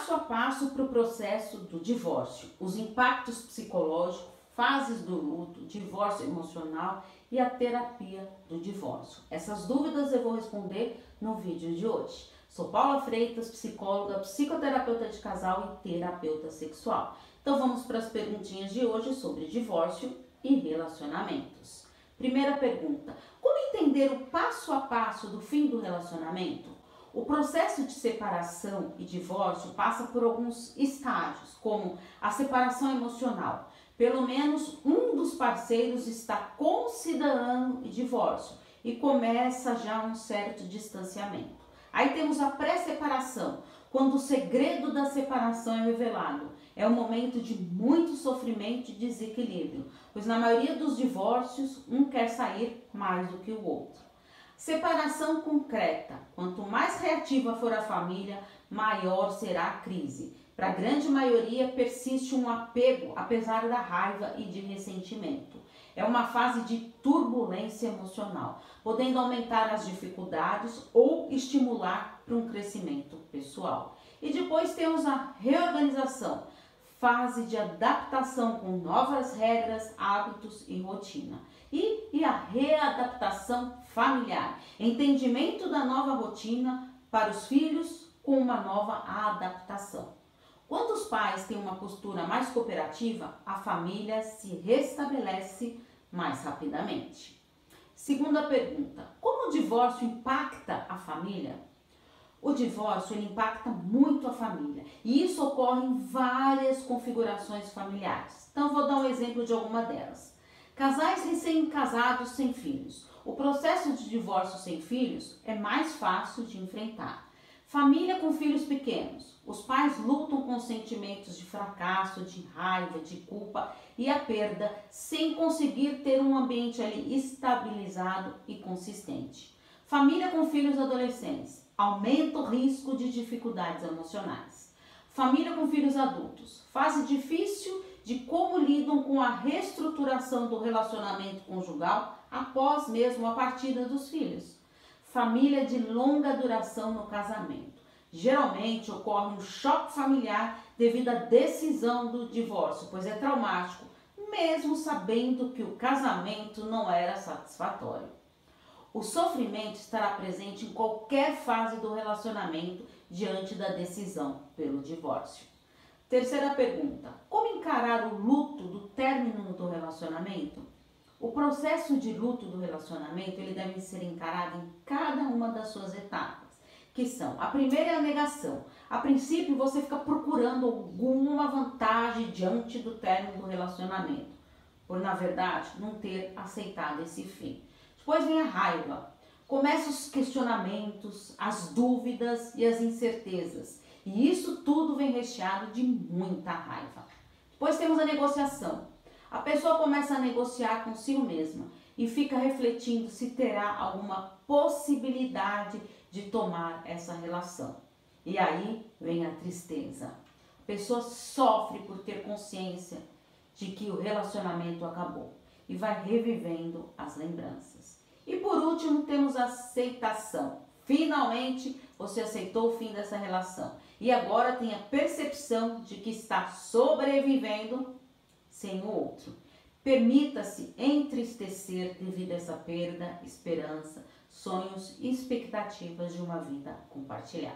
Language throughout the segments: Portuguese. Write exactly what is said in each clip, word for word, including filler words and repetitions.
passo a passo para o processo do divórcio, os impactos psicológicos, fases do luto, divórcio emocional e a terapia do divórcio. Essas dúvidas eu vou responder no vídeo de hoje. Sou Paula Freitas, psicóloga, psicoterapeuta de casal e terapeuta sexual. Então vamos para as perguntinhas de hoje sobre divórcio e relacionamentos. Primeira pergunta: como entender o passo a passo do fim do relacionamento? O processo de separação e divórcio passa por alguns estágios, como a separação emocional. Pelo menos um dos parceiros está considerando o divórcio e começa já um certo distanciamento. Aí temos a pré-separação, quando o segredo da separação é revelado. É um momento de muito sofrimento e desequilíbrio, pois na maioria dos divórcios, um quer sair mais do que o outro. Separação concreta. Quanto mais reativa for a família, maior será a crise. Para a grande maioria, persiste um apego, apesar da raiva e de ressentimento. É uma fase de turbulência emocional, podendo aumentar as dificuldades ou estimular para um crescimento pessoal. E depois temos a reorganização, fase de adaptação com novas regras, hábitos e rotina. E, e a readaptação familiar, entendimento da nova rotina para os filhos com uma nova adaptação. Quando os pais têm uma postura mais cooperativa, a família se restabelece mais rapidamente. Segunda pergunta: como o divórcio impacta a família? O divórcio ele impacta muito a família e isso ocorre em várias configurações familiares. Então, vou dar um exemplo de alguma delas. Casais recém-casados sem filhos. O processo de divórcio sem filhos é mais fácil de enfrentar. Família com filhos pequenos. Os pais lutam com sentimentos de fracasso, de raiva, de culpa e a perda, sem conseguir ter um ambiente ali estabilizado e consistente. Família com filhos adolescentes. Aumenta o risco de dificuldades emocionais. Família com filhos adultos. Fase difícil de como lidam com a reestruturação do relacionamento conjugal após mesmo a partida dos filhos. Família de longa duração no casamento. Geralmente ocorre um choque familiar devido à decisão do divórcio, pois é traumático, mesmo sabendo que o casamento não era satisfatório. O sofrimento estará presente em qualquer fase do relacionamento diante da decisão pelo divórcio. Terceira pergunta: como encarar o luto do término do relacionamento? O processo de luto do relacionamento ele deve ser encarado em cada uma das suas etapas, que são: a primeira é a negação. A princípio você fica procurando alguma vantagem diante do término do relacionamento, por na verdade não ter aceitado esse fim. Depois vem a raiva. Começam os questionamentos, as dúvidas e as incertezas. E isso tudo vem recheado de muita raiva. Depois temos a negociação. A pessoa começa a negociar consigo mesma e fica refletindo se terá alguma possibilidade de tomar essa relação. E aí vem a tristeza. A pessoa sofre por ter consciência de que o relacionamento acabou e vai revivendo as lembranças. E por último temos a aceitação. Finalmente você aceitou o fim dessa relação e agora tem a percepção de que está sobrevivendo sem o outro. Permita-se entristecer devido a essa perda, esperança, sonhos e expectativas de uma vida compartilhada.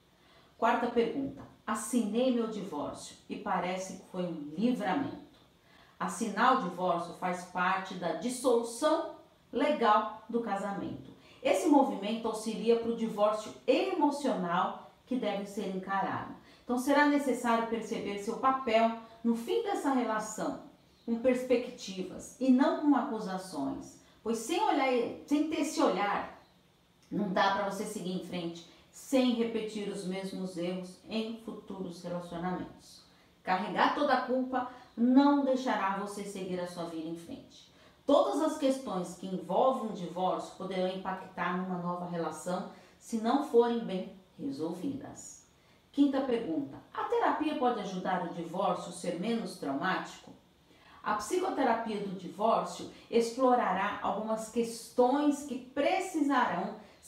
Quarta pergunta: assinei meu divórcio e parece que foi um livramento. Assinar o divórcio faz parte da dissolução legal do casamento. Esse movimento auxilia para o divórcio emocional que deve ser encarado. Então será necessário perceber seu papel no fim dessa relação, com perspectivas e não com acusações, pois sem olhar, sem ter esse olhar, não dá para você seguir em frente sem repetir os mesmos erros em futuros relacionamentos. Carregar toda a culpa não deixará você seguir a sua vida em frente. Todas as questões que envolvem um divórcio poderão impactar numa nova relação se não forem bem resolvidas. Quinta pergunta: a terapia pode ajudar o divórcio a ser menos traumático? A psicoterapia do divórcio explorará algumas questões que precisarão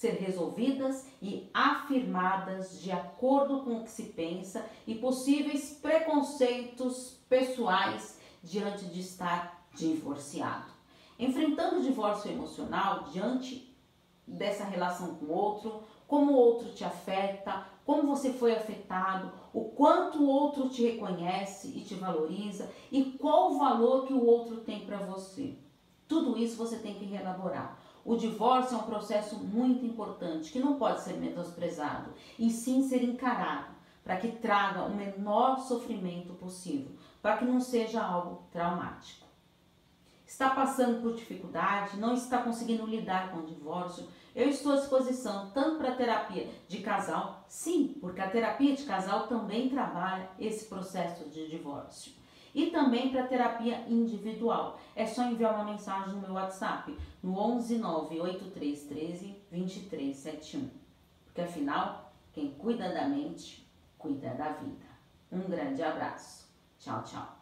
ser resolvidas e afirmadas de acordo com o que se pensa e possíveis preconceitos pessoais diante de estar divorciado. Enfrentando o divórcio emocional diante dessa relação com o outro, como o outro te afeta, como você foi afetado, o quanto o outro te reconhece e te valoriza e qual o valor que o outro tem para você. Tudo isso você tem que reelaborar. O divórcio é um processo muito importante que não pode ser menosprezado e sim ser encarado para que traga o menor sofrimento possível, para que não seja algo traumático. Está passando por dificuldade, não está conseguindo lidar com o divórcio, eu estou à disposição tanto para a terapia de casal, sim, porque a terapia de casal também trabalha esse processo de divórcio. E também para a terapia individual. É só enviar uma mensagem no meu WhatsApp, no onze nove oito três um três dois três sete um. Porque afinal, quem cuida da mente, cuida da vida. Um grande abraço. Tchau, tchau.